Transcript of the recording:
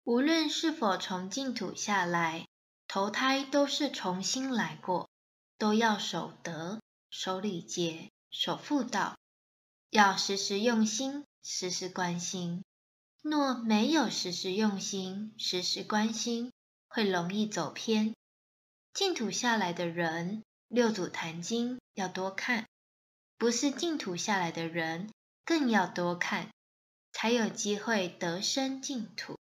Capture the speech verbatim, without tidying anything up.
无论是否从净土下来，投胎都是重新来过，都要守德、守礼节、守妇道，要时时用心，时时关心。若没有时时用心，时时关心，会容易走偏。净土下来的人，六祖坛经要多看，不是净土下来的人更要多看，才有机会得生净土。